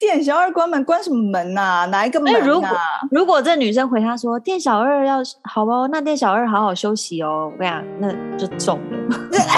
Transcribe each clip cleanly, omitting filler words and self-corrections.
店小二关门关什么门啊？哪一个门啊？ 如果这女生回他说店小二要好哦，那店小二好好休息哦，我跟你讲，那就中了。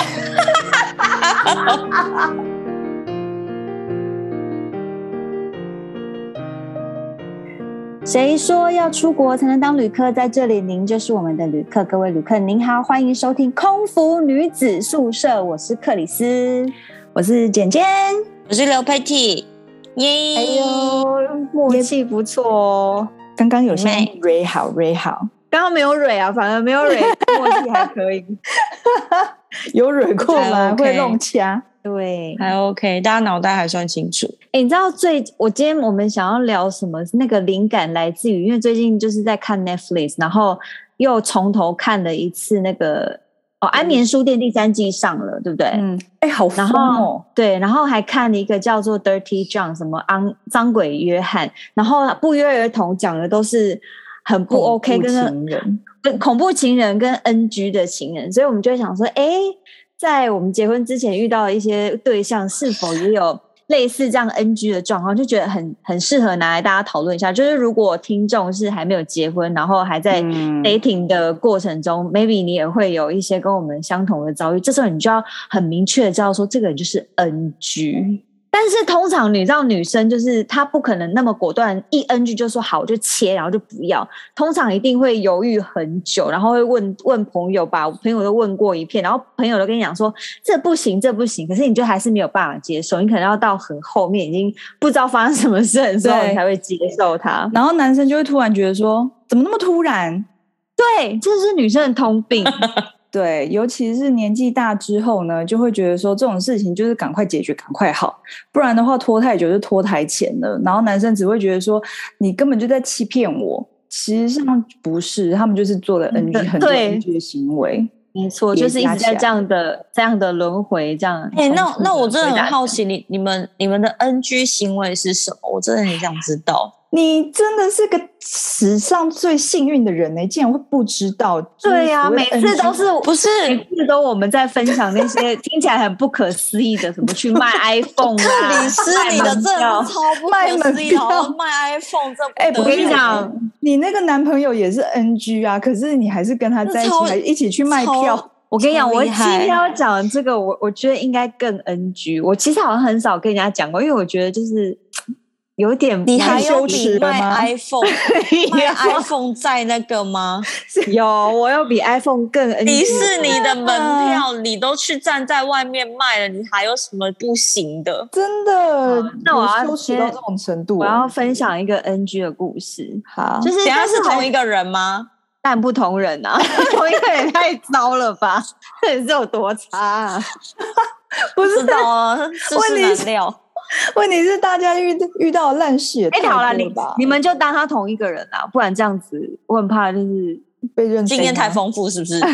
谁说要出国才能当旅客？在这里，您就是我们的旅客。各位旅客，您好，欢迎收听空服女子宿舍。我是克里斯， 我是简简， 我是刘佩蒂。耶！ 哎呦，默契不错哦。 刚刚有先蕊好， 刚刚没有蕊啊，反而没有蕊，默契还可以。 有蕊过吗？会弄掐。 对， 还 OK， 大家脑袋还算清楚。 你知道今天我们想要聊什么？那个灵感来自于，因为最近就是在看 Netflix， 然后又从头看了一次那个安眠书店第3季上了，对不对？ 好疯哦！ 对，然后还看了一个叫做 Dirty John， 什么脏鬼约翰，然后不约而同讲的都是很不 OK， 跟恐怖情人跟 NG 的情人，所以我们就会想说，在我们结婚之前遇到的一些对象，是否也有类似这样 NG 的状况，就觉得很适合拿来大家讨论一下。就是如果听众是还没有结婚，然后还在 dating 的过程中，maybe 你也会有一些跟我们相同的遭遇，这时候你就要很明确的知道说，这个人就是 NG。但是通常你知道女生就是她不可能那么果断，一 NG 就说好我就切，然后就不要。通常一定会犹豫很久，然后会问朋友，把朋友都问过一遍，然后朋友都跟你讲说这不行，可是你就还是没有办法接受，你可能要到很后面已经不知道发生什么事的时候，你才会接受它。 然后男生就会突然觉得说，怎么那么突然？ 对，这是女生的通病。 对，尤其是年纪大之后呢，就会觉得说这种事情就是赶快解决，赶快好，不然的话拖太久就拖台前了。然后男生只会觉得说你根本就在欺骗我，其实上不是，他们就是做了 NG 很多 NG 的行为。 没错，就是一直在这样的轮回这样。 那我真的很好奇，你们的 NG 行为是什么？我真的很想知道。 你真的是个史上最幸运的人竟然会不知道。 对啊，每次都是不是每次都我们在分享那些听起来很不可思议的，什么去卖 iPhone 啊， 克里斯你的真的超不可思议的，卖 iPhone 这我跟你讲， 你那个男朋友也是 NG 啊，可是你还是跟他在一起，还一起去卖票。 我跟你讲，我今天要讲这个，我觉得应该更 NG。我其实好像很少跟人家讲过，因为我觉得就是有点你还有比卖 iPhone 在那个吗？ 有，我有比 iPhone 更 NG。 迪士尼的门票你都去站在外面卖了，你还有什么不行的？ 真的， 那我要羞耻到这种程度。 我要分享一个 NG 的故事。 好， 就是等一下是同一个人吗？ 但不同人啊，同一个人太糟了吧？这人是有多差啊？ 不知道啊，世事难料。 问题是大家遇到的烂事也太多了吧？ 你们就当他同一个人啊，不然这样子我很怕就是被认经验太丰富，是不是？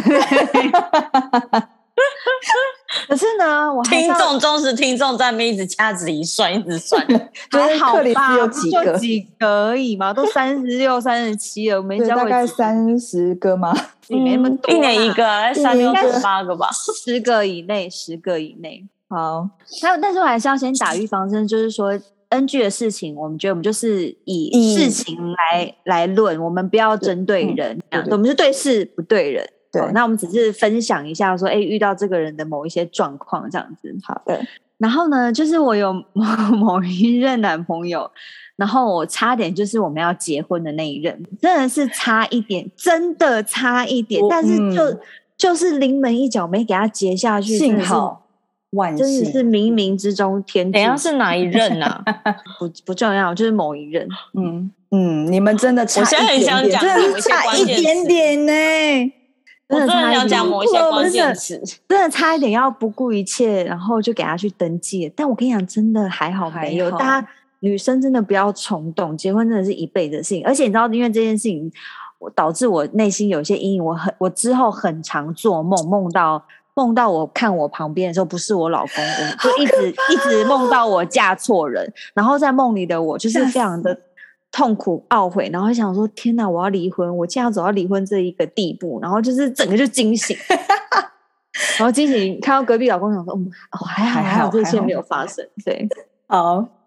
可是呢，我忠实听众在那边一直掐指一算， 还好吧？有几个？ 就几个而已嘛，都36、37了，我没教过。 大概30个吗？ 没那么多， 一年一个，3、6、8个吧 ，10个以内，10个以内。 好， 但是我还是要先打预防针，就是说 NG 的事情，我们觉得我们就是以事情来论，我们不要针对人，我们是对事不对人。 对， 那我们只是分享一下说，遇到这个人的某一些状况这样子。 好的。 然后呢，就是我有某一任男朋友，然后我差点就是我们要结婚的那一任，真的是差一点，真的差一点，但是就是临门一脚没给他结下去， 幸好万幸， 真的是冥冥之中天注。 等一下是哪一任啊？ 不重要，就是某一任。 你们真的差一点点， 我现在很想讲真的差一点点呢。 我真的想讲某一些关键词， 真的差一点要不顾一切，然后就给他去登记。但我跟你讲，真的还好没有。大家女生真的不要冲动，结婚真的是一辈子的事情。而且你知道，因为这件事情，导致我内心有些阴影。我之后很常做梦，梦到我看我旁边的时候不是我老公，我就一直梦到我嫁错人，然后在梦里的我就是非常的痛苦懊悔，然后想说天哪，我要离婚，我竟然走到离婚这一个地步，然后就是整个就惊醒然后惊醒看到隔壁老公想说还好这一切没有发生。对， 好，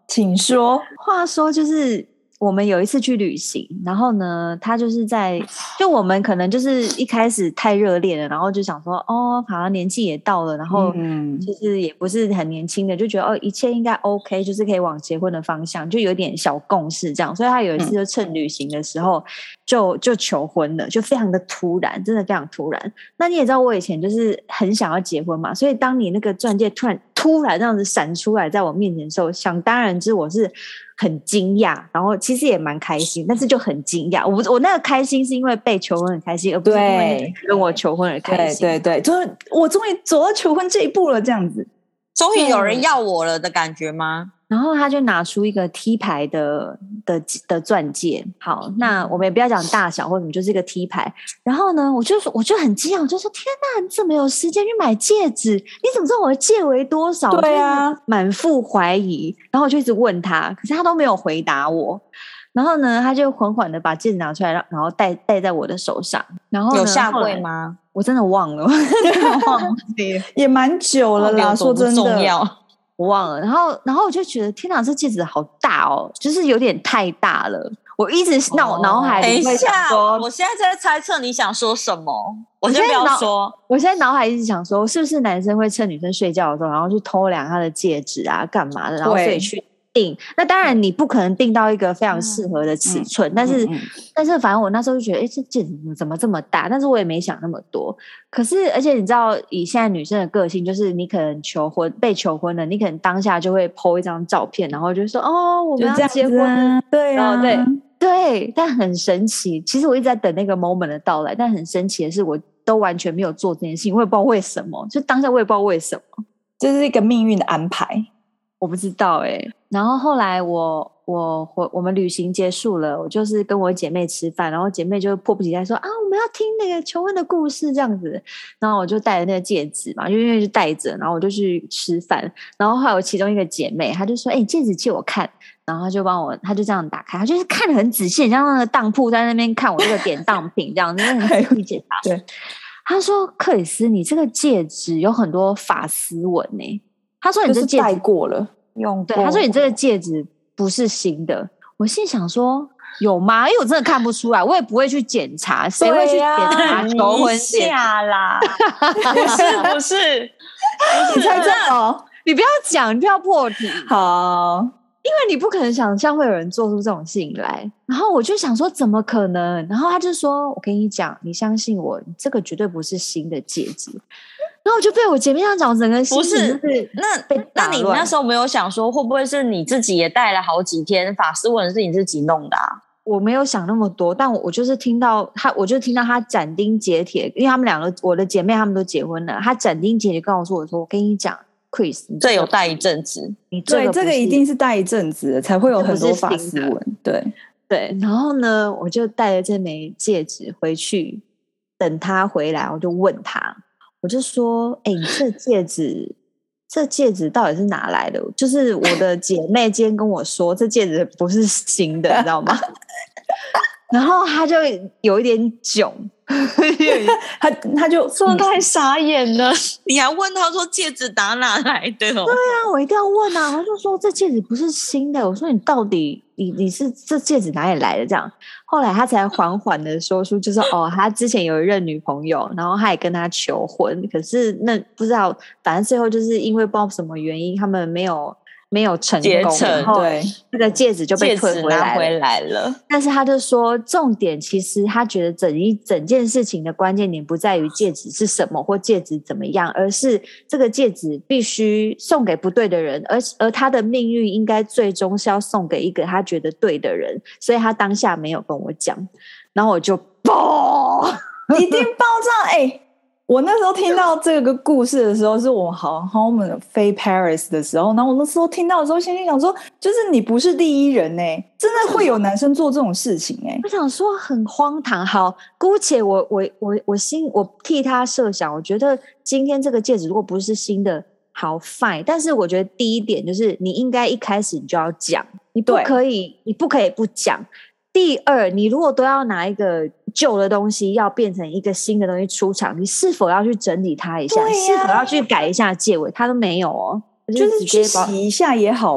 请说。 话说就是我们有一次去旅行，然后呢，他就是就我们可能就是一开始太热烈了，然后就想说，好像年纪也到了，然后就是也不是很年轻的，就觉得一切应该 OK， 就是可以往结婚的方向，就有点小共识这样。所以他有一次就趁旅行的时候就求婚了，就非常的突然，真的非常突然。那你也知道我以前就是很想要结婚嘛，所以当你那个钻戒突然这样子闪出来在我面前的时候，想当然之我是很惊讶，然后其实也蛮开心，但是就很惊讶。我那个开心是因为被求婚很开心，而不是因为跟我求婚而开心。 对，就是我终于走到求婚这一步了，这样子， 终于有人要我了的感觉吗？ 然后他就拿出一个 T 牌的钻戒，好，那我们也不要讲大小或什么，就是一个 T 牌。然后呢，我就很惊讶，我就说：天哪，你怎么有时间去买戒指？你怎么知道我的戒围多少？ 对啊， 满腹怀疑。然后我就一直问他，可是他都没有回答我。然后呢，他就缓缓的把戒指拿出来，然后戴在我的手上。然后有下跪吗？ 我真的忘了， 也蛮久了啦。说真的， 重要。 我忘了，然后我就觉得天哪，这戒指好大哦，就是有点太大了。我一直脑海里会想说， 我现在在猜测你想说什么，我先不要说。 我现在脑海一直想说，是不是男生会趁女生睡觉的时候，然后去偷量她的戒指啊，干嘛的，然后所以去定。那当然你不可能定到一个非常适合的尺寸，但是反正我那时候就觉得，这戒指怎么这么大？但是我也没想那么多。可是而且你知道，以现在女生的个性，就是你可能被求婚了，你可能当下就会 po 一张照片，然后就说我们要结婚， 对啊， 对，但很神奇。其实我一直在等那个 moment 的到来，但很神奇的是，我都完全没有做这件事情，我也不知道为什么，就当下我也不知道为什么， 这是一个命运的安排。 我不知道然后后来我们旅行结束了，我就是跟我姐妹吃饭，然后姐妹就迫不及待说我们要听那个求婚的故事这样子，然后我就戴着那个戒指嘛，因为就戴着，然后我就去吃饭，然后后来我其中一个姐妹她就说戒指借我看，然后她就这样打开，她就是看得很仔细，像那个当铺在那边看我这个典当品这样，真的很仔细检查。 对， 她说克里斯，你这个戒指有很多法丝纹她说你这戒指戴过了， 用过。对，她说你这个戒指不是新的。我心想说有吗？因为我真的看不出来，我也不会去检查，谁会去检查求婚戒啦？不是， 你猜这哦？ 你不要讲，你不要破题。 好， 因为你不可能想象会有人做出这种事情来。然后我就想说怎么可能？然后他就说我跟你讲，你相信我，这个绝对不是新的戒指。然后我就被我姐妹这样讲，整个心情就是那你那时候没有想说会不会是你自己也戴了好几天，法丝纹是你自己弄的啊？ 我没有想那么多，但我就是听到他斩钉截铁，因为他们两个我的姐妹他们都结婚了，他斩钉截铁跟我说我跟你讲 Chris 这有戴一阵子， 对，这个一定是戴一阵子才会有很多法丝纹， 对。然后呢，我就带着这枚戒指回去，等他回来，我就问他。我就说你这戒指到底是哪来的？就是我的姐妹今天跟我说这戒指不是新的，你知道吗？然后他就有一点囧，他就说太傻眼了。你还问他说戒指打哪来的哦？ 对啊，我一定要问啊。他就说这戒指不是新的。我说你到底你是这戒指哪里来的？这样，后来他才缓缓的说出，就是他之前有一任女朋友，然后他也跟他求婚，可是那不知道，反正最后就是因为不知道什么原因，他们没有成功，然后这个戒指就被退回来了。 但是他就说，重点其实他觉得整件事情的关键点不在于戒指是什么或戒指怎么样，而是这个戒指必须送给不对的人，而他的命运应该最终是要送给一个他觉得对的人，所以他当下没有跟我讲，然后我就爆， 一定爆炸！我那时候听到这个故事的时候，是我们我们飞 Paris 的时候，然后我那时候听到的时候，心里想说，就是你不是第一人真的会有男生做这种事情我想说很荒唐。好，姑且我替他设想，我觉得今天这个戒指如果不是新的，好 fine。但是我觉得第一点就是你应该一开始你就要讲，你不可以不讲。第二，你如果都要拿一个旧的东西要变成一个新的东西出场，你是否要去整理它一下？是否要去改一下戒尾？他都没有就是去洗一下也好吧。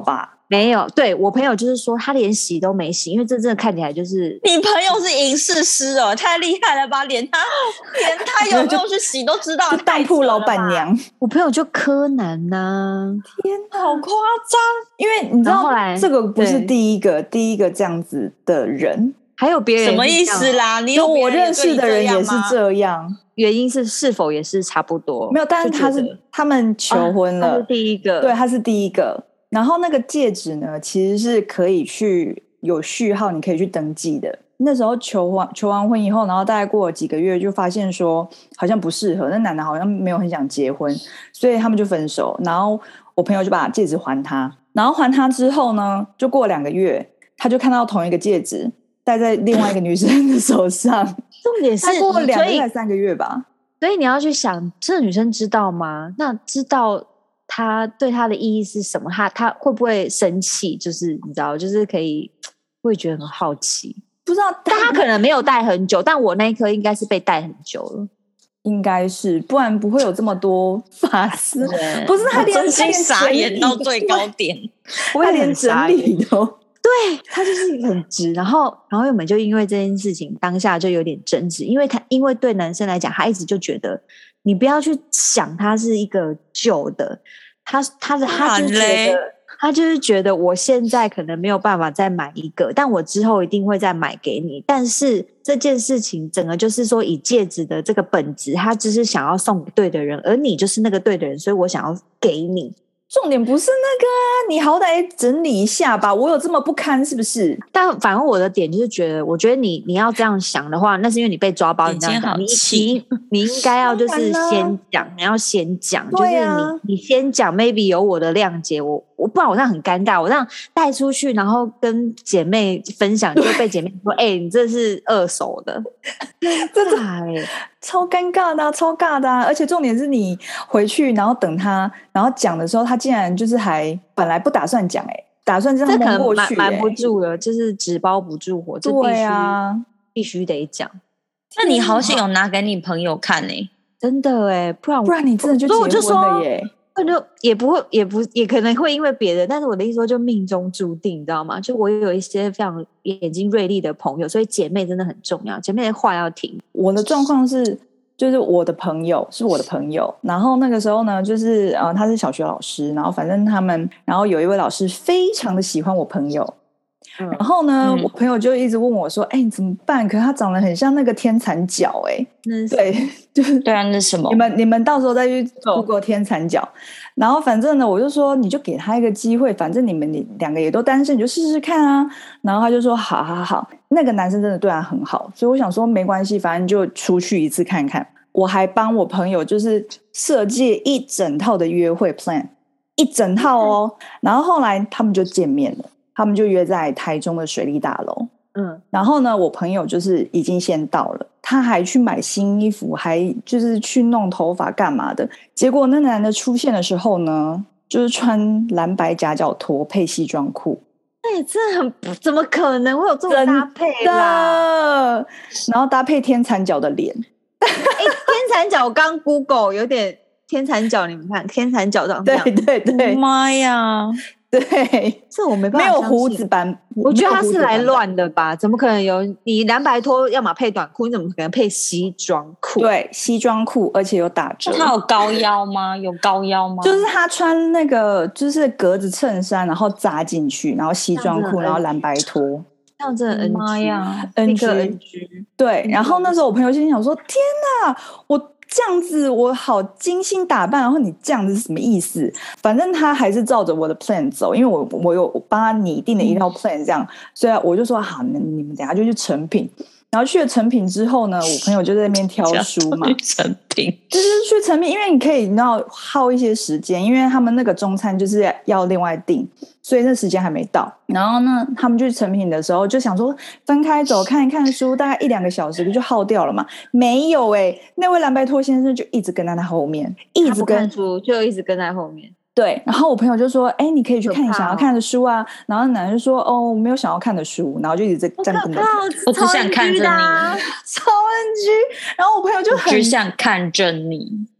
没有，对我朋友就是说他连洗都没洗，因为这真的看起来就是你朋友是银饰师哦，太厉害了吧？连他有没有去洗都知道， 当铺老板娘。 我朋友就柯南呐、 天哪， 好夸张！ 因为你知道后来这个不是第一个这样子的人， 还有别人什么意思啦？你有我认识的人也是这样。 原因是否也是差不多？ 没有，但是他们求婚了， 他是第一个， 对，他是第一个。然后那个戒指呢，其实是可以去有序号，你可以去登记的。那时候求完婚以后，然后大概过了几个月，就发现说好像不适合，那男的好像没有很想结婚，所以他们就分手。然后我朋友就把戒指还他，然后还他之后呢，就过2个月，他就看到同一个戒指戴在另外一个女生的手上。 重点是过了2个月3个月吧。 所以你要去想，这个女生知道吗？那知道她对她的意义是什么？她会不会生气？就是你知道，就是可以会觉得很好奇。 不知道， 但她可能没有戴很久，但我那一颗应该是被戴很久了。 应该是，不然不会有这么多发丝。不是他真心傻眼到最高点， 他连整理都。 对，他就是很直，然后我们就因为这件事情当下就有点争执，因为对男生来讲，他一直就觉得你不要去想他是一个旧的，他就是觉得我现在可能没有办法再买一个，但我之后一定会再买给你。但是这件事情整个就是说，以戒指的这个本质，他只是想要送给对的人，而你就是那个对的人，所以我想要给你。 重点不是那个啊，你好歹整理一下吧，我有这么不堪是不是？ 但反正我的点就是觉得，我觉得你要这样想的话，那是因为你被抓包，你这样想，你应该要就是先讲，你要先讲，就是你先讲 ，maybe 有我的谅解，我不然我这样很尴尬，我这样带出去，然后跟姐妹分享，就被姐妹说，你这是2手的， 真的超尴尬的超尬的而且重点是你回去，然后等他，然后讲的时候，他竟然就是还本来不打算讲打算这样蒙过去， 瞒不住了，就是纸包不住火，这必须得讲。 那你好险有拿给你朋友看真的不然你真的就结婚了耶。 就也可能会因为别的，但是我的意思说就命中注定，你知道吗？就我有一些非常眼睛锐利的朋友，所以姐妹真的很重要，姐妹的话要听。 我的状况是，就是我的朋友，然后那个时候呢，就是他是小学老师，然后反正然后有一位老师非常的喜欢我朋友。然后呢，我朋友就一直问我说：“你怎么办？可是他长得很像那个天蚕角，对，就是对啊，那是什么？ 你们到时候再去 Google 天蚕角。然后反正呢，我就说你就给他一个机会，反正你2个也都单身，你就试试看啊。然后他就说好，那个男生真的对他很好，所以我想说没关系，反正就出去一次看看。我还帮我朋友就是设计一整套的约会 plan， 一整套哦。然后后来他们就见面了。他们就约在台中的水利大楼，然后呢，我朋友就是已经先到了，他还去买新衣服，还就是去弄头发干嘛的。结果那男的出现的时候呢，就是穿蓝白夹脚拖配西装裤。 这很怎么可能会有这种搭配啦？ 然后搭配天蚕角的脸， 天蚕角我刚 Google 有点天蚕角，你们看天蚕角长这样， 对， 妈呀！ 对， 这我没办法， 没有胡子版， 我觉得他是来乱的吧？怎么可能有你蓝白拖，要么配短裤，你怎么可能配西装裤？ 对，西装裤，而且有打折。 他有高腰吗？有高腰吗？ 就是他穿那个就是格子衬衫，然后扎进去，然后西装裤，然后蓝白拖。 这样真的 NG， 妈呀 ，NG。对，然后那时候我朋友心想说：“天哪，我这样子我好精心打扮，然后你这样子是什么意思？”反正他还是照着我的 plan 走，因为我有帮他拟定了一套 plan， 这样，所以我就说好，你们等一下就去成品。然后去了成品之后呢，我朋友就在那边挑书嘛。 成品就是去成品，因为你可以耗一些时间，因为他们那个中餐就是要另外订，所以那时间还没到。然后呢，他们去成品的时候就想说分开走看一看书，大概1-2个小时就耗掉了嘛。没有那位蓝白拖先生就一直跟在他后面，一直跟书就一直跟在后面。 对，然后我朋友就说：“你可以去看你想要看的书啊。”然后男人就说：“我没有想要看的书。”然后就一直在这样跟着我只想看着你， 超 NG。然后我朋友就只想看着你，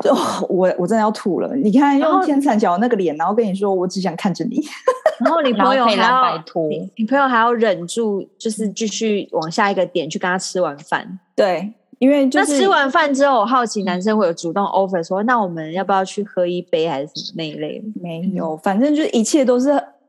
我真的要吐了。你看用天蚕角那个脸，然后跟你说我只想看着你， 然后你朋友还要你朋友还要忍住，就是继续往下一个点去跟他吃完饭。 对，因为就是那吃完饭之后，我好奇男生会有主动 offer 说，那我们要不要去喝一杯还是什么那一类的？ 没有，反正就是一切都是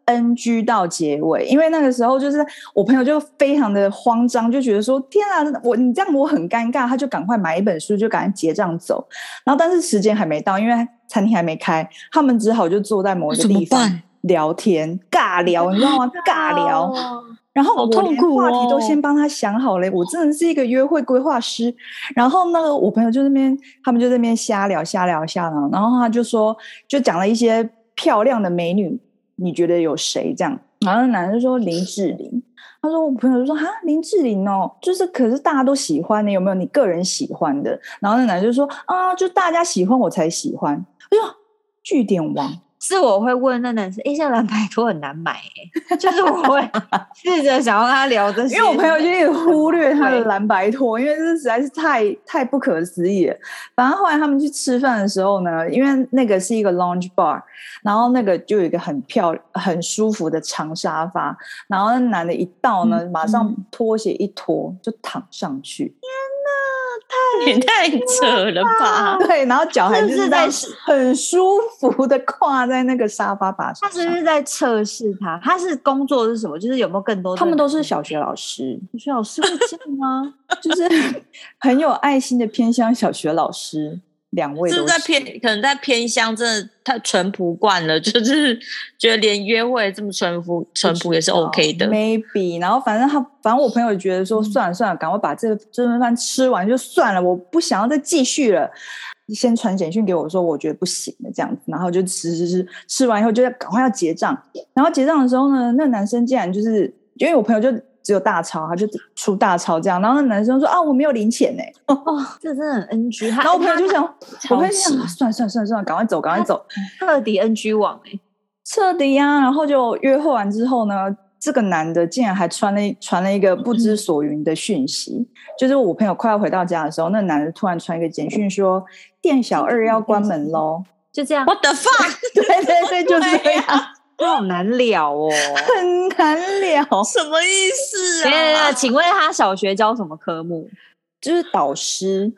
NG 到结尾。因为那个时候就是我朋友就非常的慌张，就觉得说天啊，你这样我很尴尬，他就赶快买一本书就赶快结账走。然后但是时间还没到，因为餐厅还没开，他们只好就坐在某一个地方聊天尬聊，你知道吗？尬聊。然后我连话题都先帮他想好了，我真的是一个约会规划师。然后那个我朋友就他们就在那边瞎聊，然后他就说，就讲了一些漂亮的美女，你觉得有谁这样？然后那男的就说林志玲。他说我朋友就说林志玲哦，就是可是大家都喜欢的，有没有你个人喜欢的？然后那男的就说就大家喜欢我才喜欢。哎呦，句点王。 是我会问那男生，现在蓝白拖很难买就是我会试着想要跟他聊这些， 因为我朋友就一直忽略他的蓝白拖，因为这实在是太不可思议了。反正后来他们去吃饭的时候呢，因为那个是一个 lounge bar， 然后那个就有一个很舒服的长沙发，然后那男的一到呢，马上拖鞋一脱就躺上去。 也太扯了吧！ 对，然后脚还是在很舒服的跨在那个沙发把手上。 他是不是在测试他？他是工作是什么？就是有没有更多？ 他们都是小学老师。 小学老师会这样吗？ 就是很有爱心的偏乡小学老师。两位都是可能在偏乡，真的太淳朴惯了，就是觉得连约会这么淳朴也是 OK 的 ，maybe。然后反正我朋友觉得说算了，赶快把这顿饭吃完就算了，我不想要再继续了。先传简讯给我说我觉得不行了这样子，然后就吃完以后就赶快要结账。然后结账的时候呢，那男生竟然就是因为我朋友就只有大钞，他就出大钞这样，然后那男生说我没有零钱这真的很 NG。 然后我朋友就想算了，赶快走， 彻底 NG 网彻底啊！然后就约会完之后呢，这个男的竟然还传了一个不知所云的讯息，就是我朋友快要回到家的时候，那男的突然传一个简讯说店小二要关门咯， 就这样。 What the fuck？ 对，就这样。 好难聊很难聊， 什么意思啊？ 请问他小学教什么科目？ 就是导师。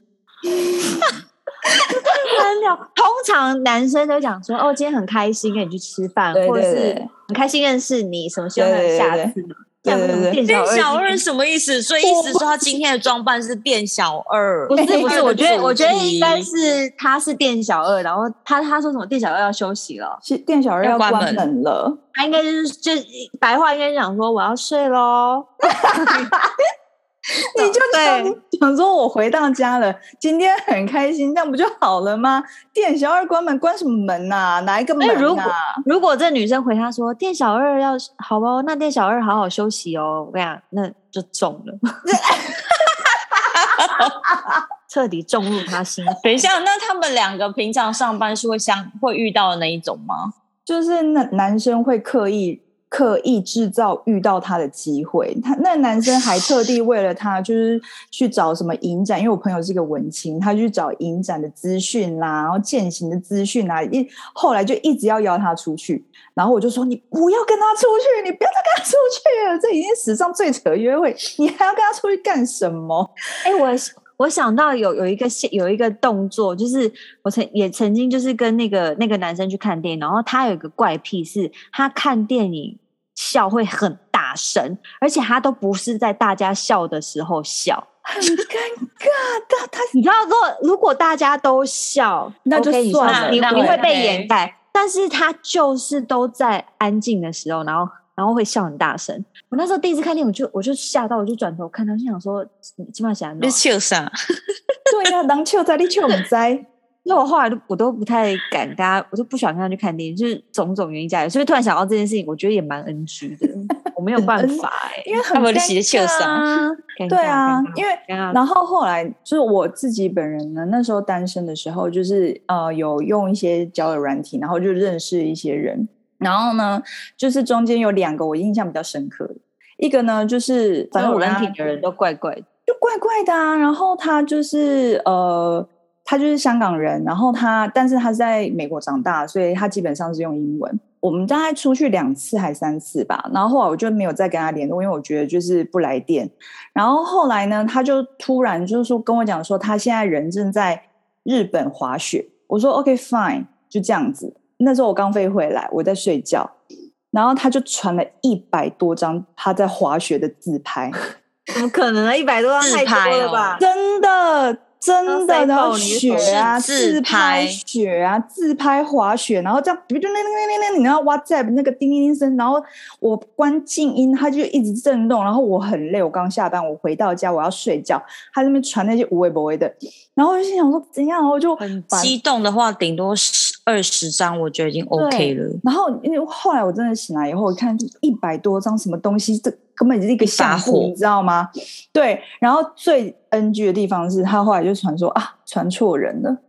难聊。通常男生都讲说，今天很开心跟你去吃饭， 对或者是很开心认识你，什么希望下次。 对， 店小二什么意思？所以意思说他今天的装扮是店小二？ 不是，我觉得应该是他是店小二，然后他说什么店小二要休息了， 店小二要关门了， 他应该就白话应该讲说我要睡咯。 你就想说我回到家了，今天很开心，这样不就好了吗？店小二关门，关什么门啊？哪一个门啊？ 如果这女生回他说店小二要好哦，那店小二好好休息哦，我跟你讲，那就中了，彻底中入他心。 等一下，那他们两个平常上班是会遇到的那一种吗？ 就是男生会刻意制造遇到他的机会，那男生还特地为了他就是去找什么影展，因为我朋友是个文青，他去找影展的资讯啦，然后健行的资讯啦，后来就一直要邀他出去，然后我就说你不要跟他出去，你不要再跟他出去了，这已经史上最扯的约会，你还要跟他出去干什么？ 我想到有一个动作，就是我曾经就是跟那个男生去看电影，然后他有一个怪癖是，他看电影笑会很大声，而且他都不是在大家笑的时候笑， 很尴尬。 你知道如果大家都笑， 那就算了， 你会被掩盖，但是他就是都在安静的时候，然后会笑很大声。我那时候第一次看电影，我就吓到，我就转头看他，就想说今晚想你笑啥？ 对呀，人笑在你笑不在。 因为我后来我都不太敢跟他，我都不喜欢跟他去看电影，就是种种原因加起来，所以突然想到这件事情，我觉得也蛮 NG 的，我没有办法因为很尴尬。对啊，因为然后后来就是我自己本人呢，那时候单身的时候，就是有用一些交友软体，然后就认识一些人。然后呢，就是中间有2个我印象比较深刻的，一个呢就是反正我跟他的人都怪怪的， 就怪怪的啊。然后他就是他就是香港人，然后但是他是在美国长大，所以他基本上是用英文。我们大概出去2次还3次吧，然后后来我就没有再跟他联络，因为我觉得就是不来电。然后后来呢，他就突然就是说跟我讲说，他现在人正在日本滑雪。我说 OK fine， 就这样子。那时候我刚飞回来，我在睡觉，然后他就传了100多张他在滑雪的自拍。 怎么可能呢？100多张太多了吧？ 真的，然后雪啊，自拍雪啊，自拍滑雪，然后这样，你知道 WhatsApp 那个叮叮叮声，然后我关静音，它就一直震动，然后我很累，我刚下班，我回到家我要睡觉，他那边传那些无微不微的，然后我就心想说怎样，然后我就很激动的话，顶多20张，我觉得已经 OK 了。 然后因为后来我真的醒来以后，我看100多张什么东西，这根本就是一个项目，你知道吗？对，然后最 NG 的地方是他后来就传说传错人了。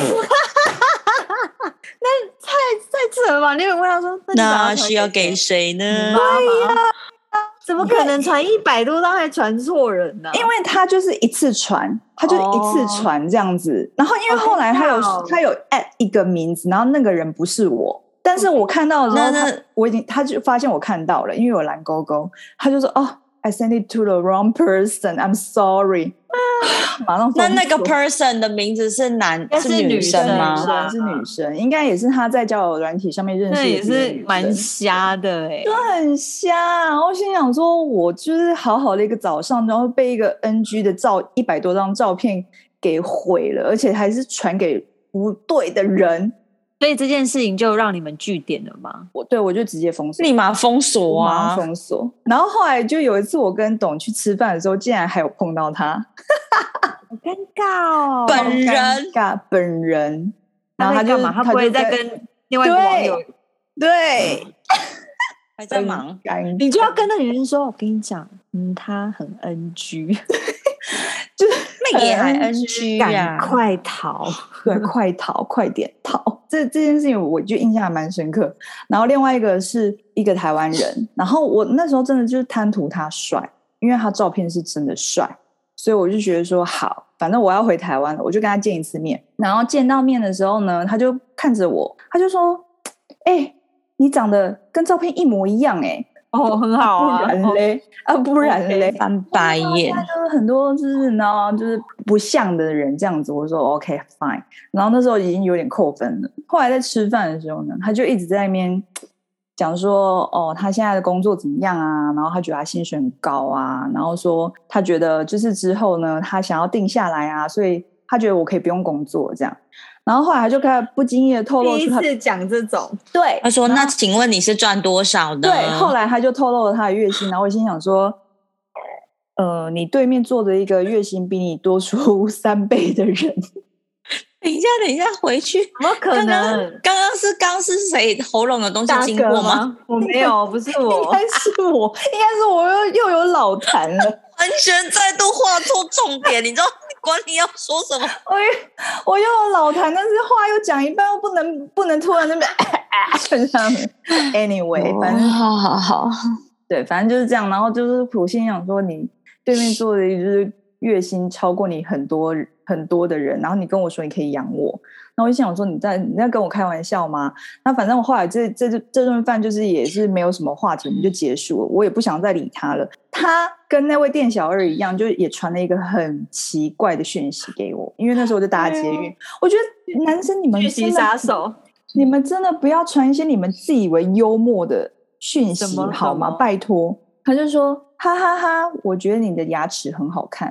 那太扯了吧？你有问他说那是要给谁呢？ 对呀，怎么可能传100多张还传错人呢？ 因为他就是一次传，这样子。然后因为后来他有 add 一个名字，然后那个人不是我。但是我看到的时候，他就发现我看到了，因为有蓝勾勾，他就说I sent it to the wrong person, I'm sorry。马上那个 person 的名字是女生吗？ 是女生，应该也是他在交友软体上面认识的。 那也是蛮瞎的就很瞎。然后心想说，我就是好好的一个早上，然后被一个 NG 的100多张照片给毁了，而且还是传给不对的人。 所以这件事情就让你们据点了吗？ 我就直接封锁， 立马封锁啊！ 马上封锁。然后后来就有一次，我跟董去吃饭的时候，竟然还有碰到他， 好尴尬哦！ 本人。然后他干嘛？他不会再跟另外一个网友对， 还在忙。 你就要跟那女人说：“我跟你讲，他很 NG。” 就是那也还 NG 啊！快逃！ 对，快逃，快点逃！这件事情我就印象还蛮深刻。然后另外一个是一个台湾人，然后我那时候真的就是贪图他帅，因为他照片是真的帅，所以我就觉得说好，反正我要回台湾了，我就跟他见一次面。然后见到面的时候呢，他就看着我，他就说：“你长得跟照片一模一样很好啊， 不然嘞， 翻白眼。 就是很多就是呢，就是不像的人这样子。我说 OK fine， 然后那时候已经有点扣分了。后来在吃饭的时候呢，他就一直在那边讲说，他现在的工作怎么样啊？然后他觉得他薪水很高啊，然后说他觉得就是之后呢，他想要定下来啊，所以他觉得我可以不用工作这样。然后后来他就开始不经意的透露出他第一次讲这种， 对， 他说：“那请问你是赚多少的？” 对，后来他就透露了他的月薪，然后我心想说，你对面坐着一个月薪比你多出3倍的人。 等一下，回去， 怎么可能？ 刚是谁喉咙有东西经过吗？ 我没有，不是我， 应该是我又有老痰了， 完全再度画错重点，你知道？管你要说什么， 我又有老痰，但是话又讲一半，又不能突然那边就这样。Anyway， 反正好， 对，反正就是这样。然后就是普心想说，你对面坐的就是月薪超过你很多的人，然后你跟我说你可以养我，然后我就想说你在跟我开玩笑吗？那反正我后来这顿饭就是也是没有什么话题，我们就结束了，我也不想再理他了。他跟那位店小二一样，就也传了一个很奇怪的讯息给我，因为那时候我就搭捷运，我觉得男生你们讯息杀手， 你们真的不要传一些你们自以为幽默的讯息好吗？拜托。他就说哈哈哈，我觉得你的牙齿很好看。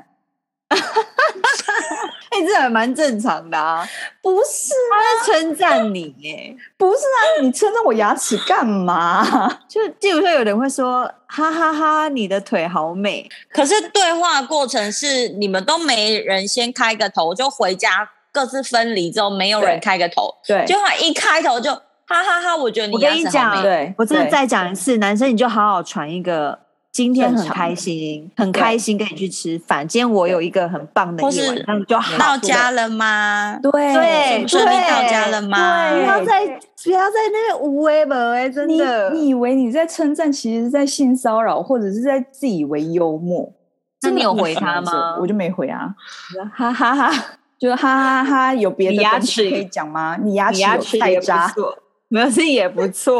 这还蛮正常的啊。 不是啊， 他在称赞你耶。 不是啊，你称赞我牙齿干嘛？ 就例如说有人会说哈哈哈，你的腿好美， 可是对话过程是你们都没人先开个头，就回家各自分离之后没有人开个头， 对， 就他一开头就哈哈哈，我觉得你牙齿好美。 对， 我真的再讲一次，男生你就好好传一个今天很开心跟你去吃饭，今天我有一个很棒的一晚上就好。 到家了吗？ 对， 顺利到家了吗？ 不要在那个无为本哎，真的。 你以为你在称赞，其实是在性骚扰，或者是在自以为幽默。 那你有回他吗？ 我就没回啊， 哈哈哈。 就哈哈哈，有别的东西可以讲吗？你牙齿有菜渣， 没有，是也不错。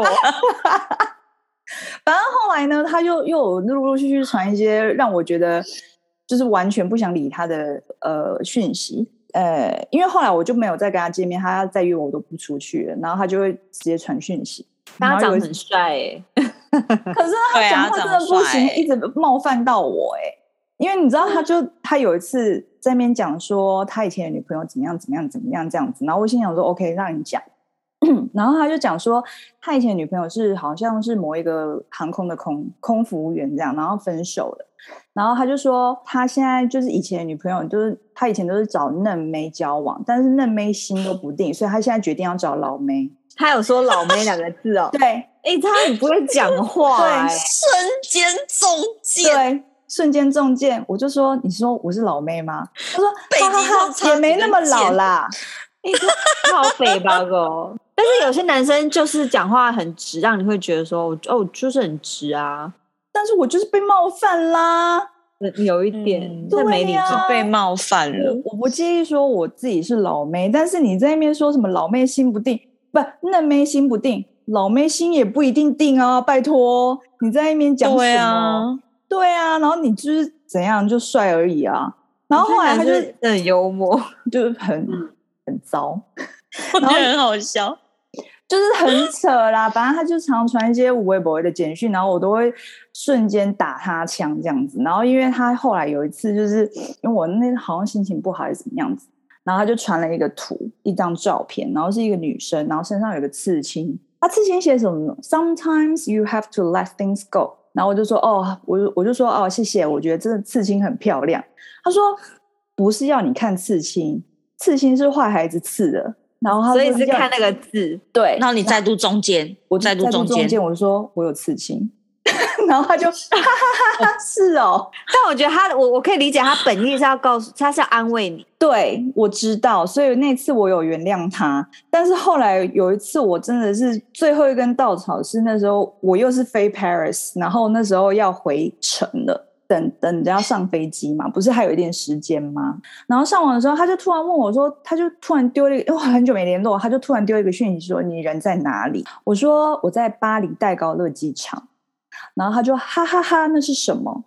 反正后来呢，他又有陆陆续续传一些让我觉得就是完全不想理他的讯息。因为后来我就没有再跟他见面，他再约我都不出去了，然后他就会直接传讯息。 他长得很帅可是他讲话真的不行，一直冒犯到我因为你知道他有一次在那边讲说他以前的女朋友怎么样怎么样怎么样这样子，然后我心想说 OK 让你讲然后他就讲说他以前的女朋友是好像是某一个航空的空服务员这样，然后分手了，然后他就说他现在就是以前的女朋友就是他以前都是找嫩妹交往，但是嫩妹心都不定，所以他现在决定要找老妹。 他有说老妹2个字哦。 对， 他很不会讲话对， 瞬间中箭。 对，瞬间中箭。我就说你说我是老妹吗？他说哈哈哈， 也没那么老啦。 好北吧哦。但是有些男生就是讲话很直，让你会觉得说就是很直啊， 但是我就是被冒犯啦。 有一点这没礼貌， 被冒犯了。 我不介意说我自己是老妹，但是你在那边说什么老妹心不定，不嫩妹心不定，老妹心也不一定定啊，拜托你在那边讲什么？对啊，然后你就是怎样就帅而已啊，然后后来他就很幽默， 就是很糟， 我觉得很好笑。 就是很扯啦，反正他就常传一些无微不微的简讯，然后我都会瞬间打他枪这样子。然后因为他后来有一次，就是因为我那好像心情不好还是怎么样子，然后他就传了一个图，一张照片，然后是一个女生，然后身上有个刺青。他刺青写什么呢 ？Sometimes you have to let things go。然后我就说我就说谢谢，我觉得这个刺青很漂亮。他说不是要你看刺青，刺青是坏孩子刺的。然后他所以是看那个字， 对。 然后你再度中间， 我再度中间，我说我有刺青，然后他就哈哈哈，是哦。 但我觉得我可以理解他本意是要告诉他是要安慰你， 对，我知道，所以那次我有原谅他。但是后来有一次，我真的是最后一根稻草是那时候我又是飞 Paris， 然后那时候要回程了。等人家上飞机嘛，不是还有一点时间吗？然后上网的时候，他就突然问我说，他就突然丢了一个，因为我很久没联络，他就突然丢一个讯息说你人在哪里？我说我在巴黎戴高乐机场，然后他就哈哈哈，那是什么？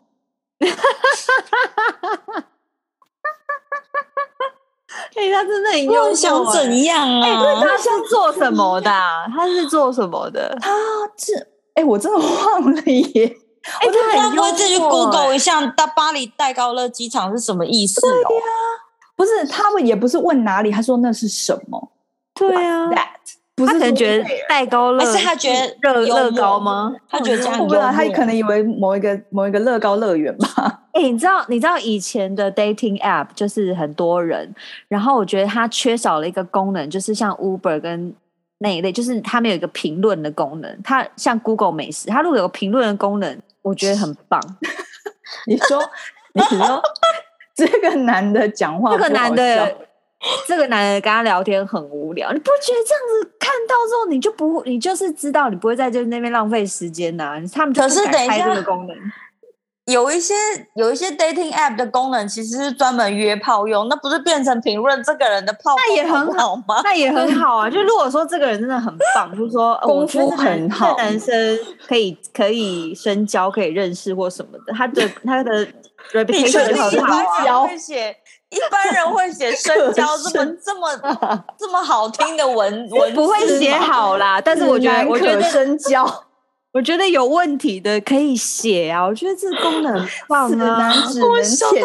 他真的很幽默， 想怎样啊？ 他是做什么的？他是做什么的？ 他是我真的忘了耶。 他不会自己 Google 一下巴黎戴高乐机场是什么意思？ 对呀，不是他们也不是问哪里，他说那是什么？ 对啊， 不是他可能觉得戴高乐， 还是他觉得乐高吗？ 他觉得这样不知道，他可能以为某一个乐高乐园吧。 你知道以前的 dating app 就是很多人，然后我觉得它缺少了一个功能，就是像 Uber 跟那一类，就是他们有一个评论的功能。它像 Google 美食，它如果有评论的功能，我觉得很棒。 你说这个男的讲话， 这个男的跟他聊天很无聊，你不觉得这样子看到之后，你就是知道你不会在那边浪费时间呐？他们就是改开这个功能。 有一些 dating app 的功能其实是专门约炮用，那不是变成评论这个人的炮那也很好吗？那也很好啊。就如果说这个人真的很棒，就是说功夫很好， 男生可以深交，可以认识或什么的，他的 reputation 很好。 一般人会写深交这么好听的文不会写好啦，但是我觉得深交。 我觉得有问题的可以写啊，我觉得这个功能很棒啊。 只能浅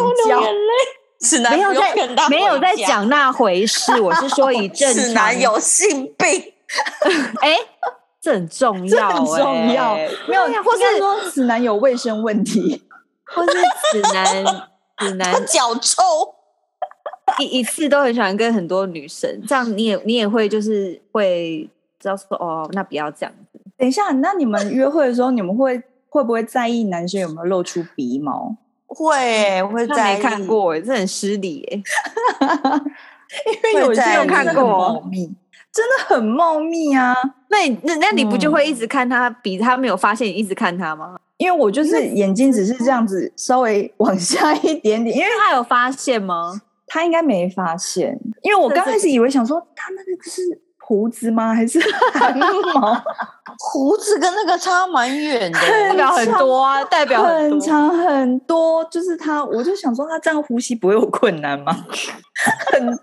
交， 没有在讲那回事，我是说以正常。 此男有性病， 这很重要， 很重要。没有，或是说此男有卫生问题， 或是此男脚臭， 一次都很喜欢跟很多女生，这样你也会就是会知道说那不要这样子。 等一下，那你们约会的时候，你们会不会在意男生有没有露出鼻毛？ 会，我会在意。 没看过这很失礼因为有些有看过，真的很茂密啊。 那你不就会一直看他鼻子？他没有发现你一直看他吗？ 因为我就是眼睛只是这样子稍微往下一点点，因为他有发现吗？ 他应该没发现，因为我刚开始以为想说他那个是胡子吗？还是汗毛？ 胡子跟那个差蛮远的， 代表很多啊，代表很长很多，就是他，我就想说他这样呼吸不会有困难吗？很多，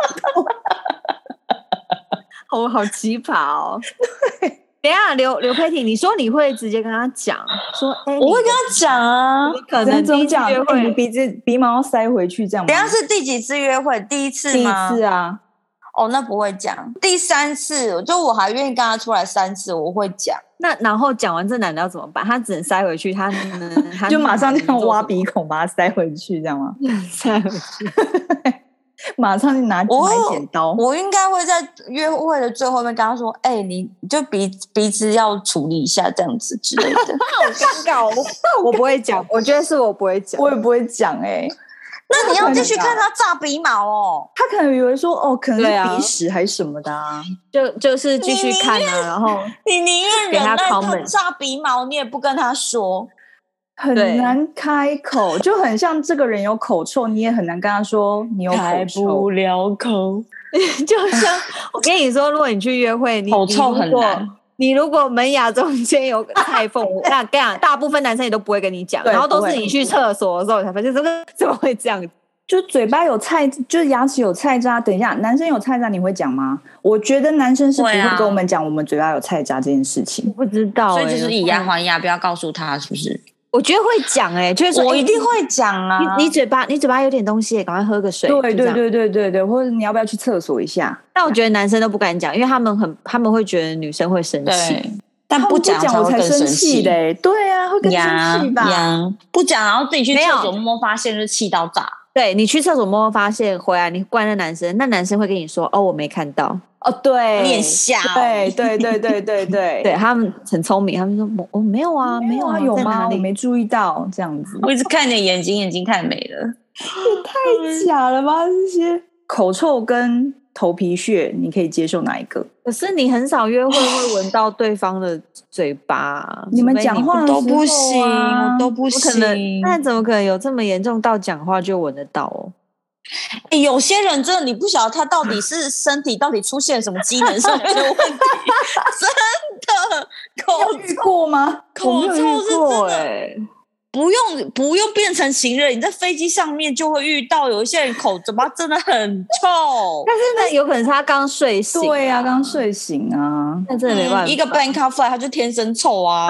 好奇葩哦。等一下，刘佩婷，你说你会直接跟他讲，说， 我会跟他讲啊， 可能第一次约会， 你鼻毛要塞回去这样吗？ 等一下是第几次约会？第一次吗？ 第一次啊。 哦，那不会讲。第3次，就我还愿意跟他出来3次，我会讲。 那然后讲完这男的要怎么办？他只能塞回去，他就马上这样挖鼻孔把它塞回去，这样吗？ 塞回去， 马上就拿剪刀。 我应该会在约会的最后面跟他说：“你就鼻子要处理一下，这样子之类的。” 好尴尬，我不会讲，我觉得是我不会讲， 我也不会讲那你要继续看他炸鼻毛哦。 他可能以为说可能是鼻屎还是什么的啊， 就是继续看啊，然后你宁愿忍耐他炸鼻毛，你也不跟他说， 很难开口，就很像这个人有口臭，你也很难跟他说你有口臭， 开不了口。 就像我跟你说，如果你去约会， 口臭很难。 你如果门牙中间有菜缝，那跟你讲，大部分男生也都不会跟你讲，然后都是你去厕所的时候才发现，怎么会这样？ 就嘴巴有菜，就是牙齿有菜渣。等一下，男生有菜渣你会讲吗？我觉得男生是不会跟我们讲我们嘴巴有菜渣这件事情。 我不知道， 所以就是以牙还牙，不要告诉他，是不是？ 我觉得会讲就是说我一定会讲啊。 你嘴巴有点东西，赶快喝个水。 对，或者你要不要去厕所一下？ 但我觉得男生都不敢讲，因为他们会觉得女生会生气， 但不讲我才生气的。对啊，会更生气吧？ 不讲，然后自己去厕所默默发现，就气到炸。 对，你去厕所默默发现回来，你怪那男生，那男生会跟你说：“我没看到。” 对， 你也瞎。 对， 对他们很聪明，他们说：“没有啊，没有啊， 有吗？我没注意到。”这样子， 我一直看你的眼睛太美了， 也太假了吧！这些口臭跟头皮屑，你可以接受哪一个？ 可是你很少约会会闻到对方的嘴巴， 你们讲话都不行，我都不行。 那怎么可能有这么严重到讲话就闻得到哦？ 有些人真的你不晓得他到底是身体到底出现什么机能上面的问题，真的。 有遇过吗？ 口臭是真的。不用变成情人，你在飞机上面就会遇到有一些人嘴巴真的很臭。 但是呢，有可能是他刚睡醒。 对啊，刚睡醒啊， 那真的没办法。 一个 Bangkok flight 他就天生臭啊。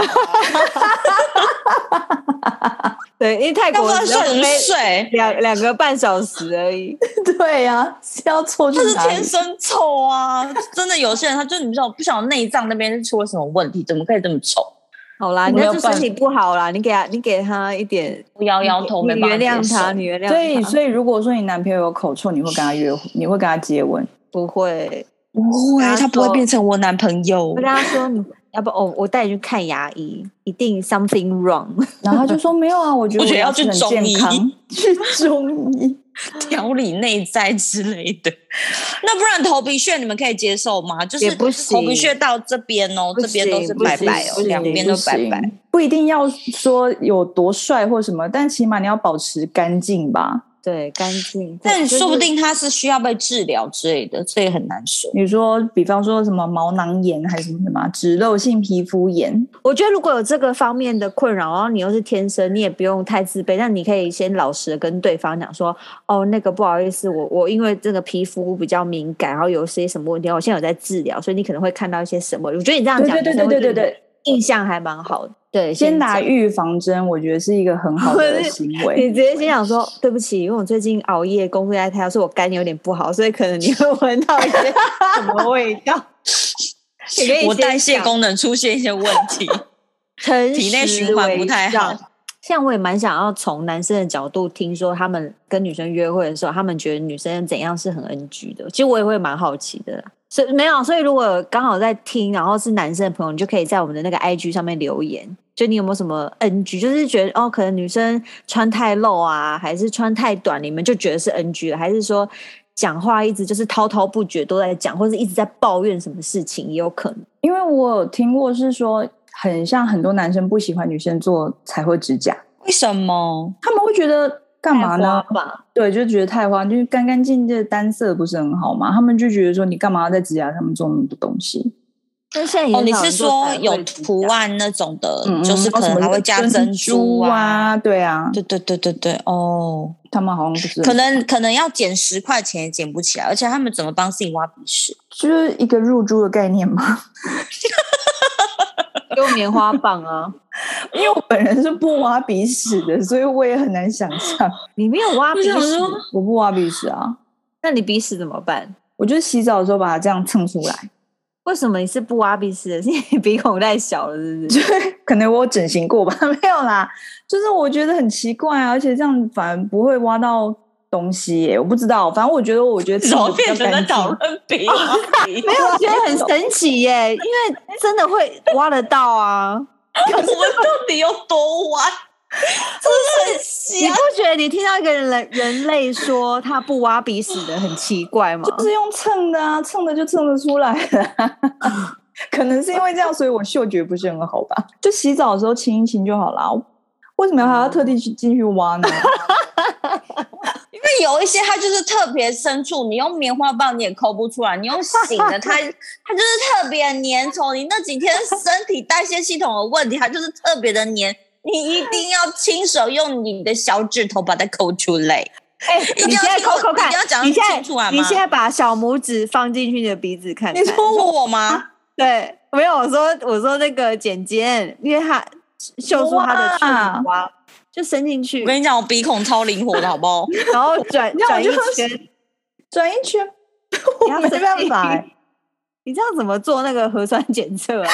对，因为泰国睡 2个半小时而已。 对啊，是要臭去哪里？ 他是天生臭啊！真的有些人他就你不晓得内脏那边是出了什么问题，怎么可以这么臭？ 好啦，你就身体不好啦，你给他一点摇头， 你原谅他，你原谅他。 所以如果说你男朋友有口臭，你会跟他约会，你会跟他接吻？ 不会， 他不会变成我男朋友。 我跟他说，要不我带你去看牙医，一定 something wrong。 然后他就说没有啊，我觉得要去中医， 去中医调理内在之类的。那不然头皮屑你们可以接受吗？就是头皮屑到这边这边都是白白两边都白白， 不一定要说有多帅或什么，但起码你要保持干净吧。 对，干净。 但说不定他是需要被治疗之类的，这也很难说。 你说，比方说什么毛囊炎还是什么脂漏性皮肤炎？ 我觉得如果有这个方面的困扰，然后你又是天生，你也不用太自卑，但你可以先老实的跟对方讲说，那个不好意思，我因为这个皮肤比较敏感，然后有些什么问题，我现在有在治疗，所以你可能会看到一些什么。我觉得你这样讲， 对， 印象还蛮好的。对， 先打预防针，我觉得是一个很好的行为。 你直接先讲说，对不起，因为我最近熬夜工作太太，所以我肝有点不好，所以可能你会闻到一些什么味道。 我代谢功能出现一些问题，体内循环不太好。 像我也蛮想要从男生的角度听说，他们跟女生约会的时候，他们觉得女生怎样是很 NG 的。其实我也会蛮好奇的啦。所以如果刚好在听，然后是男生的朋友，你就可以在我们的那个 IG 上面留言，就你有没有什么 NG， 就是觉得可能女生穿太露啊，还是穿太短，你们就觉得是 NG 了，还是说讲话一直就是滔滔不绝都在讲，或是一直在抱怨什么事情也有可能。 因为我有听过是说，很像很多男生不喜欢女生做彩绘指甲。 为什么？ 他们会觉得干嘛呢？对，就觉得太花，就是干干净净的单色不是很好吗？他们就觉得说你干嘛要在指甲上面做那么多东西？ 那现在你是说有图案那种的，就是可能还会加珍珠啊？对啊， 对，哦， 他们好像不是可能要剪10块钱也剪不起来，而且他们怎么帮自己挖鼻屎？ 就是一个入珠的概念吗？ 用棉花棒啊， 因为我本人是不挖鼻屎的，所以我也很难想象。 你没有挖鼻屎？ 我不挖鼻屎啊。 那你鼻屎怎么办？ 我就是洗澡的时候把它这样蹭出来。 为什么你是不挖鼻屎的？是因为鼻孔太小了，是不是？ 对，可能我整形过吧，没有啦。就是我觉得很奇怪啊，而且这样反而不会挖到东西耶，我不知道。反正我觉得怎么变成在讨论鼻孔？ 没有，我觉得很神奇耶，因为真的会挖得到啊。 我们到底有多挖？真的很瞎。 你不觉得你听到一个人类说他不挖鼻屎的很奇怪吗？ 就是用蹭的啊，蹭的就蹭得出来了。可能是因为这样，所以我嗅觉不是很好吧？就洗澡的时候清一清就好啦。为什么还要特地进去挖呢？ 因为有一些它就是特别深处，你用棉花棒你也抠不出来，你用醒的它就是特别粘稠，你那几天身体代谢系统的问题，它就是特别的粘，你一定要亲手用你的小指头把它抠出来。 你现在抠抠看， 你现在把小拇指放进去你的鼻子看看。 你说我吗？ 对，没有，我说那个简简，因为他秀出他的触挖，就伸进去。 我跟你讲，我鼻孔超灵活的，好不好？ 然后转一圈， 我没办法。 你这样怎么做那个核酸检测啊？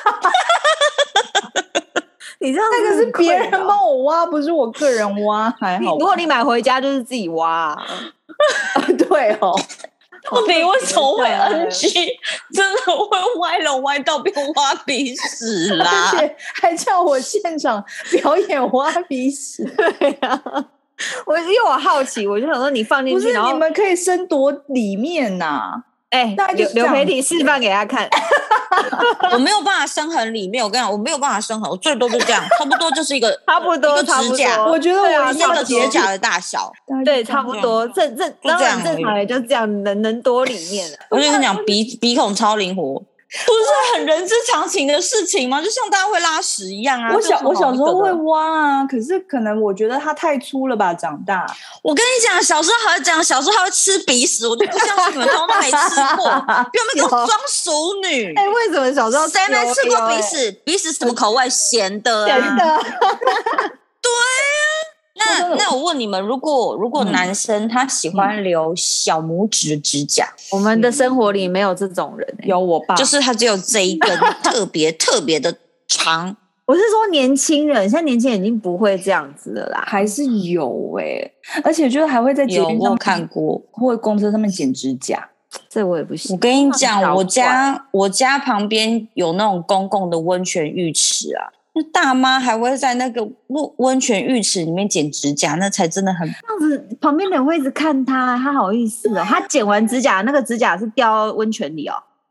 你这样那个是别人帮我挖，不是我个人挖，还好。 如果你买回家就是自己挖啊。 对哦。 到底为什么会 NG？ 真的会歪了歪到变挖鼻屎啦， 而且还叫我现场表演挖鼻屎。 对啊，因为我好奇，我就想说你放进去，然后你们可以伸多里面呐？ 刘培体示范给他看。 我没有办法伸很里面，我跟你讲，我没有办法伸很，我最多就这样，差不多就是一个差不多指甲。 我觉得我一个指甲的大小， 对，差不多。正常也就这样，能多里面了。 我就跟你讲，鼻孔超灵活。不是很人之常情的事情吗？就像大家会拉屎一样啊。 我小时候会挖啊，可是可能我觉得它太粗了吧。长大， 我跟你讲，小时候还会吃鼻屎，我就不相信你们通通没吃过，有没有给我装熟女？ 为什么小时候谁没吃过鼻屎？鼻屎什么口味？咸的啊。 咸的。 对啊。那我问你们，如果男生他喜欢留小拇指的指甲， 我们的生活里没有这种人。 有我爸， 就是他只有这一根特别的长。 我是说年轻人，现在年轻人已经不会这样子了啦， 还是有而且就是还会在捷运上看过， 或公车上面剪指甲。 这我也不行。 我跟你讲，我家旁边有那种公共的温泉浴池啊。大妈还会在那个温泉浴池里面剪指甲，那才真的很。 这样子，旁边的人会一直看他，他好意思哦。他剪完指甲，那个指甲是掉到温泉里哦。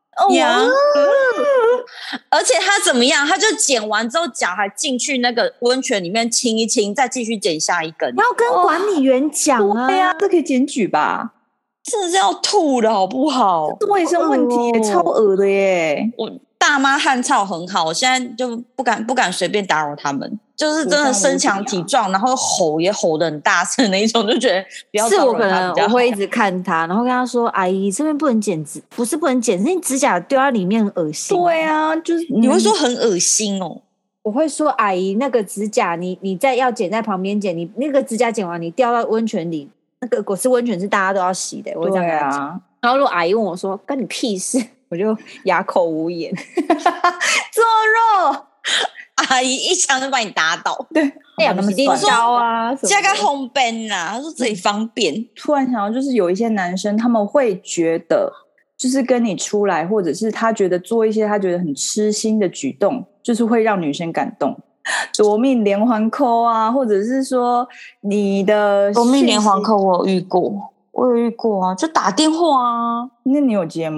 而且他怎么样？他就剪完之后，脚还进去那个温泉里面清一清，再继续剪下一根。 你要跟管理员讲啊！ 对呀，这可以检举吧？ 真的是要吐了，好不好？ 卫生问题超恶的耶！ 我大妈汗臭很好，我现在就不敢随便打扰他们，就是真的身强体壮，然后吼也吼得很大声那一种，就觉得不要。 是我可能我会一直看他，然后跟他说：“阿姨，这边不能剪指，不是不能剪，是你指甲丢在里面很恶心。” 对啊，就是你会说很恶心哦。 我会说：“阿姨，那个指甲你在要剪在旁边剪，你那个指甲剪完你掉到温泉里，那个果汁温泉是大家都要洗的。”我会这样跟他讲。然后如果阿姨问我说：“干你屁事？”我就哑口无言。 做肉， 阿姨一枪就把你打倒。 对， 那么刀啊， 加个红边啊，他说这里方便。 突然想到，就是有一些男生他们会觉得，就是跟你出来，或者是他觉得做一些他觉得很痴心的举动，就是会让女生感动。夺命连环扣啊，或者是说你的夺命连环扣，我有遇过啊，就打电话啊。 那你有接吗？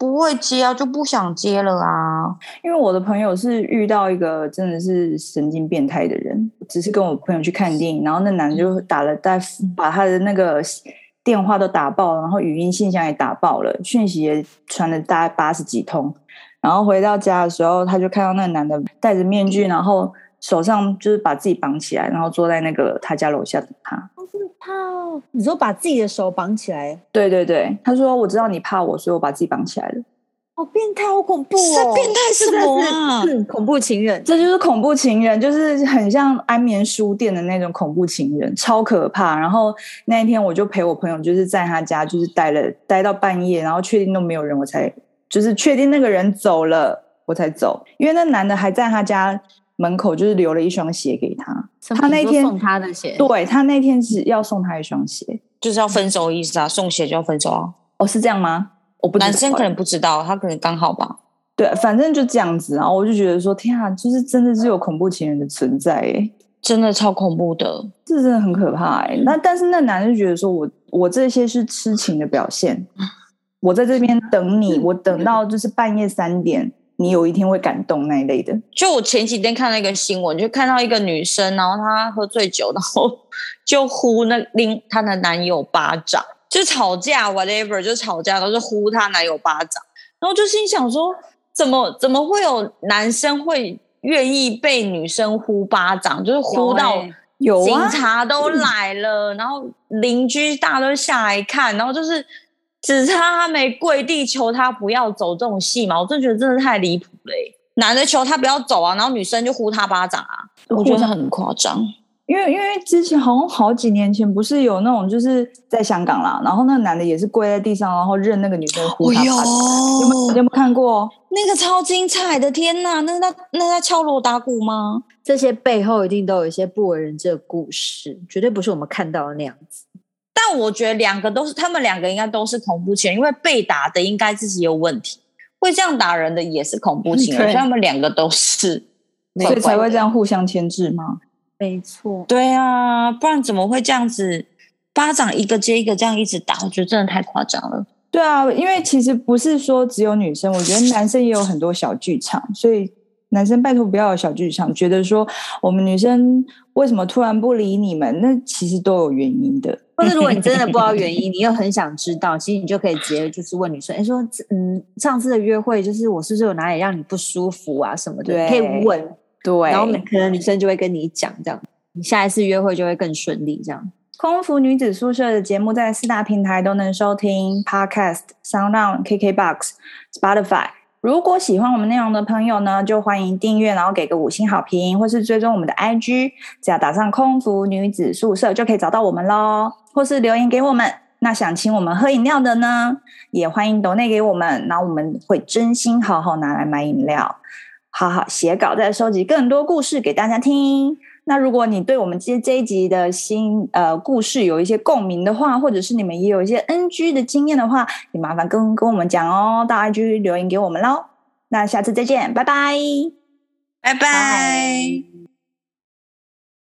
不会接啊，就不想接了啊。 因为我的朋友是遇到一个真的是神经变态的人，只是跟我朋友去看电影，然后那男的就把他的那个电话都打爆，然后语音信箱也打爆了，讯息也传了大概80几通，然后回到家的时候，他就看到那个男的戴着面具，然后手上就是把自己绑起来，然后坐在那个他家楼下等他。 好可怕哦！你说把自己的手绑起来？ 对对对，他说我知道你怕我，所以我把自己绑起来了。 好变态，好恐怖哦！ 这变态什么啊？ 恐怖情人， 这就是恐怖情人，就是很像安眠书店的那种恐怖情人，超可怕。然后那一天我就陪我朋友，就是在他家，就是待到半夜，然后确定都没有人，我才就是确定那个人走了，我才走。因为那男的还在他家门口，就是留了一双鞋给他。他那天送他的鞋， 对，他那天是要送他一双鞋， 就是要分手的意思啊，送鞋就要分手啊。 哦，是这样吗？我不知道， 男生可能不知道，他可能刚好吧。 对，反正就这样子，然后我就觉得说，天啊，就是真的是有恐怖情人的存在耶， 真的超恐怖的， 这真的很可怕耶。但是那男人就觉得说我这些是痴情的表现，我在这边等你，我等到就是半夜3点，你有一天会感动那一类的。 就我前几天看到一个新闻，就看到一个女生，然后她喝醉酒，然后就呼她的男友巴掌，就吵架 whatever， 就吵架，然后就呼她男友巴掌，然后就心想说，怎么会有男生会愿意被女生呼巴掌，就是呼到警察都来了，然后邻居大家都下来看，然后就是只差他没跪地求他不要走这种戏嘛，我真的觉得真的太离谱了耶。男的求他不要走啊，然后女生就呼他巴掌啊，我觉得很夸张。 因为之前好像好几年前不是有那种就是在香港啦，然后那个男的也是跪在地上，然后任那个女生呼他巴掌，有没有看过？ 那个超精彩的，天哪！那在敲锣打鼓吗？ 这些背后一定都有一些不为人知的故事，绝对不是我们看到的那样子。 但我觉得他们两个应该都是恐怖情人，因为被打的应该自己有问题，会这样打人的也是恐怖情人，所以他们两个都是， 所以才会这样互相牵制吗？ 没错， 对啊，不然怎么会这样子巴掌一个接一个这样一直打？我觉得真的太夸张了。 对啊，因为其实不是说只有女生，我觉得男生也有很多小剧场，所以男生拜托不要有小剧场，觉得说我们女生为什么突然不理你们，那其实都有原因的。 或者如果你真的不知道原因，你又很想知道，其实你就可以直接就是问女生，说上次的约会就是我是不是有哪里让你不舒服啊什么的，你可以问。 对， 然后可能女生就会跟你讲，这样你下一次约会就会更顺利。这样， 空服女子宿舍的节目在4大平台都能收听 ：Podcast、SoundOn、KKBox、Spotify。如果喜欢我们内容的朋友呢，就欢迎订阅，然后给个5星好评，或是追踪我们的 IG， 只要打上空服女子宿舍就可以找到我们咯，或是留言给我们。那想请我们喝饮料的呢，也欢迎抖内给我们，然后我们会真心好好拿来买饮料，好好写稿，再收集更多故事给大家听。那如果你对我们这一集的故事有一些共鸣的话，或者是你们也有一些 NG 的经验的话，也麻烦跟我们讲哦，到 IG 留言给我们咯。那下次再见，拜拜， 拜拜。